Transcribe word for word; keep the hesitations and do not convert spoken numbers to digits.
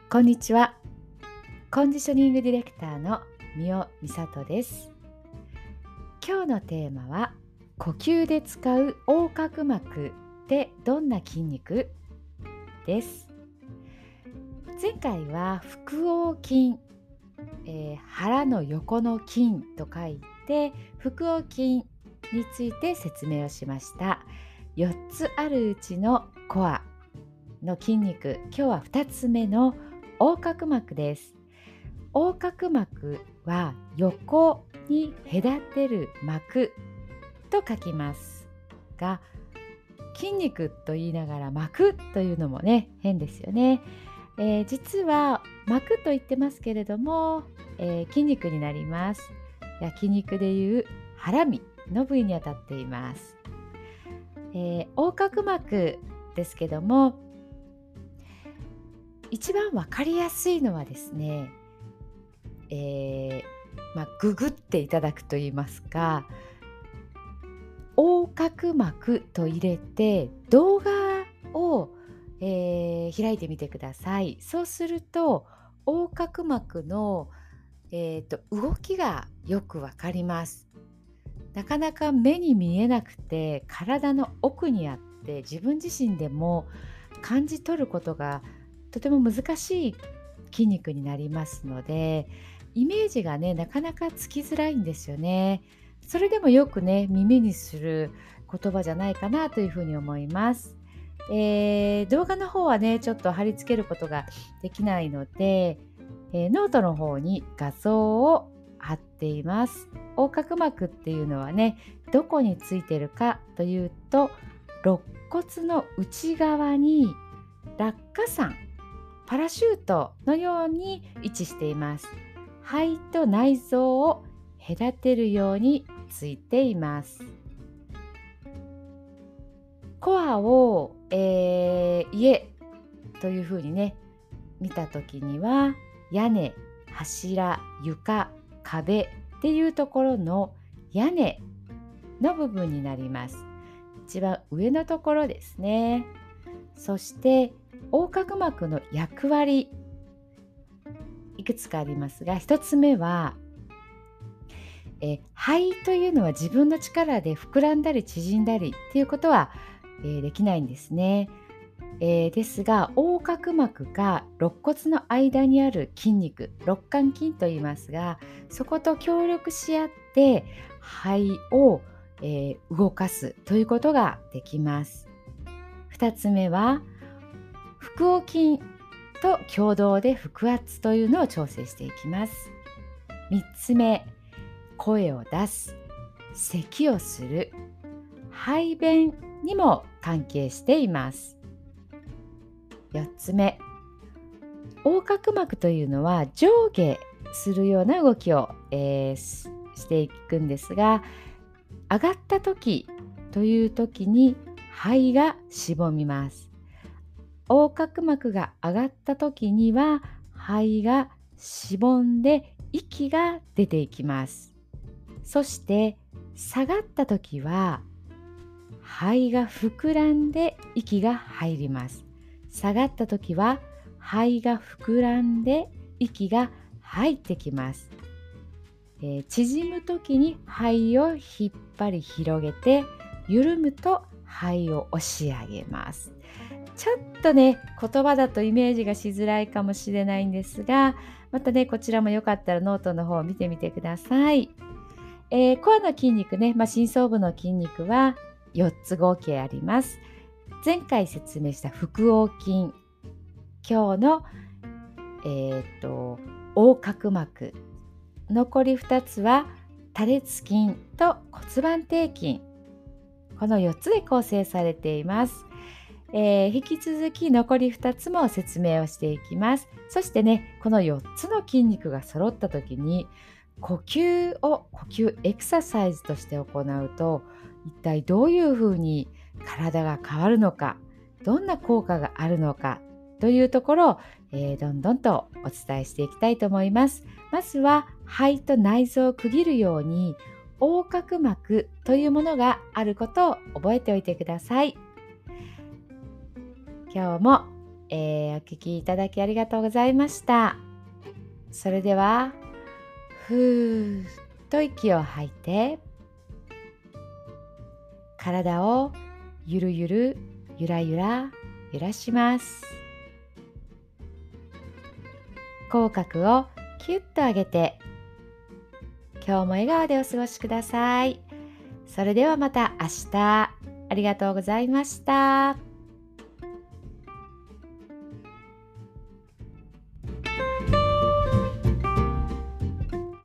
こんにちは。コンディショニングディレクターの三尾美里です。今日のテーマは、呼吸で使う横隔膜ってどんな筋肉です。前回は腹横筋、えー腹の横の筋と書いて腹横筋について説明をしました。よっつあるうちのコアの筋肉、今日はふたつめの横隔膜です。横隔膜は横に隔てる膜と書きますが、筋肉と言いながら膜というのもね、変ですよね。えー実は膜と言ってますけれども、えー筋肉になります。焼肉でいうハラミの部位にあたっています。えー横隔膜ですけども、一番わかりやすいのはですね、えーまあ、ググっていただくといいますか、横隔膜と入れて動画を、えー開いてみてください。そうすると横隔膜の、えーと動きがよくわかります。なかなか目に見えなくて体の奥にあって自分自身でも感じ取ることがとても難しい筋肉になりますので、イメージがねなかなかつきづらいんですよね。それでもよくね耳にする言葉じゃないかなというふうに思います。えー動画の方はねちょっと貼り付けることができないので、えーノートの方に画像を貼っています。横隔膜っていうのはね、どこについてるかというと、肋骨の内側に落下傘、パラシュートのように位置しています。肺と内臓を隔てるようについています。コアを、えー家というふうにね見た時には、屋根、柱、床、壁っていうところの屋根の部分になります。一番上のところですね。そして横隔膜の役割、いくつかありますが、一つ目は、え肺というのは自分の力で膨らんだり縮んだりっていうことは、えーできないんですね。えーですが、横隔膜が肋骨の間にある筋肉、肋間筋と言いますが、そこと協力し合って肺を、えー動かすということができます。ふたつめは、腹横筋と共同で腹圧というのを調整していきます。みっつめ、声を出す、咳をする、排便にも関係しています。よっつめ、横隔膜というのは上下するような動きを、えーししていくんですが、上がった時という時に肺がしぼみます。横隔膜が上がった時には肺がしぼんで息が出ていきます。そして下がった時は肺が膨らんで息が入ります。下がった時は肺が膨らんで息が入ってきます。えー縮む時に肺を引っ張り広げて、緩むと肺を押し上げます。ちょっとね言葉だとイメージがしづらいかもしれないんですが、またねこちらもよかったらノートの方を見てみてください。えーコアの筋肉ね、まあ、深層部の筋肉はよっつ合計あります。前回説明した腹横筋、今日の、えー、と横隔膜、残りふたつは多裂筋と骨盤底筋、このよっつで構成されています。えー引き続き残りふたつも説明をしていきます。そしてね、このよっつの筋肉が揃った時に呼吸を呼吸エクササイズとして行うと、一体どういうふうに体が変わるのか、どんな効果があるのかというところを、えーどんどんとお伝えしていきたいと思います。まずは肺と内臓を区切るように横隔膜というものがあることを覚えておいてください。今日もえーお聞きいただきありがとうございました。それでは、ふーっと息を吐いて、体をゆるゆるゆらゆら揺らします。口角をキュッと上げて、今日も笑顔でお過ごしください。それではまた明日。ありがとうございました。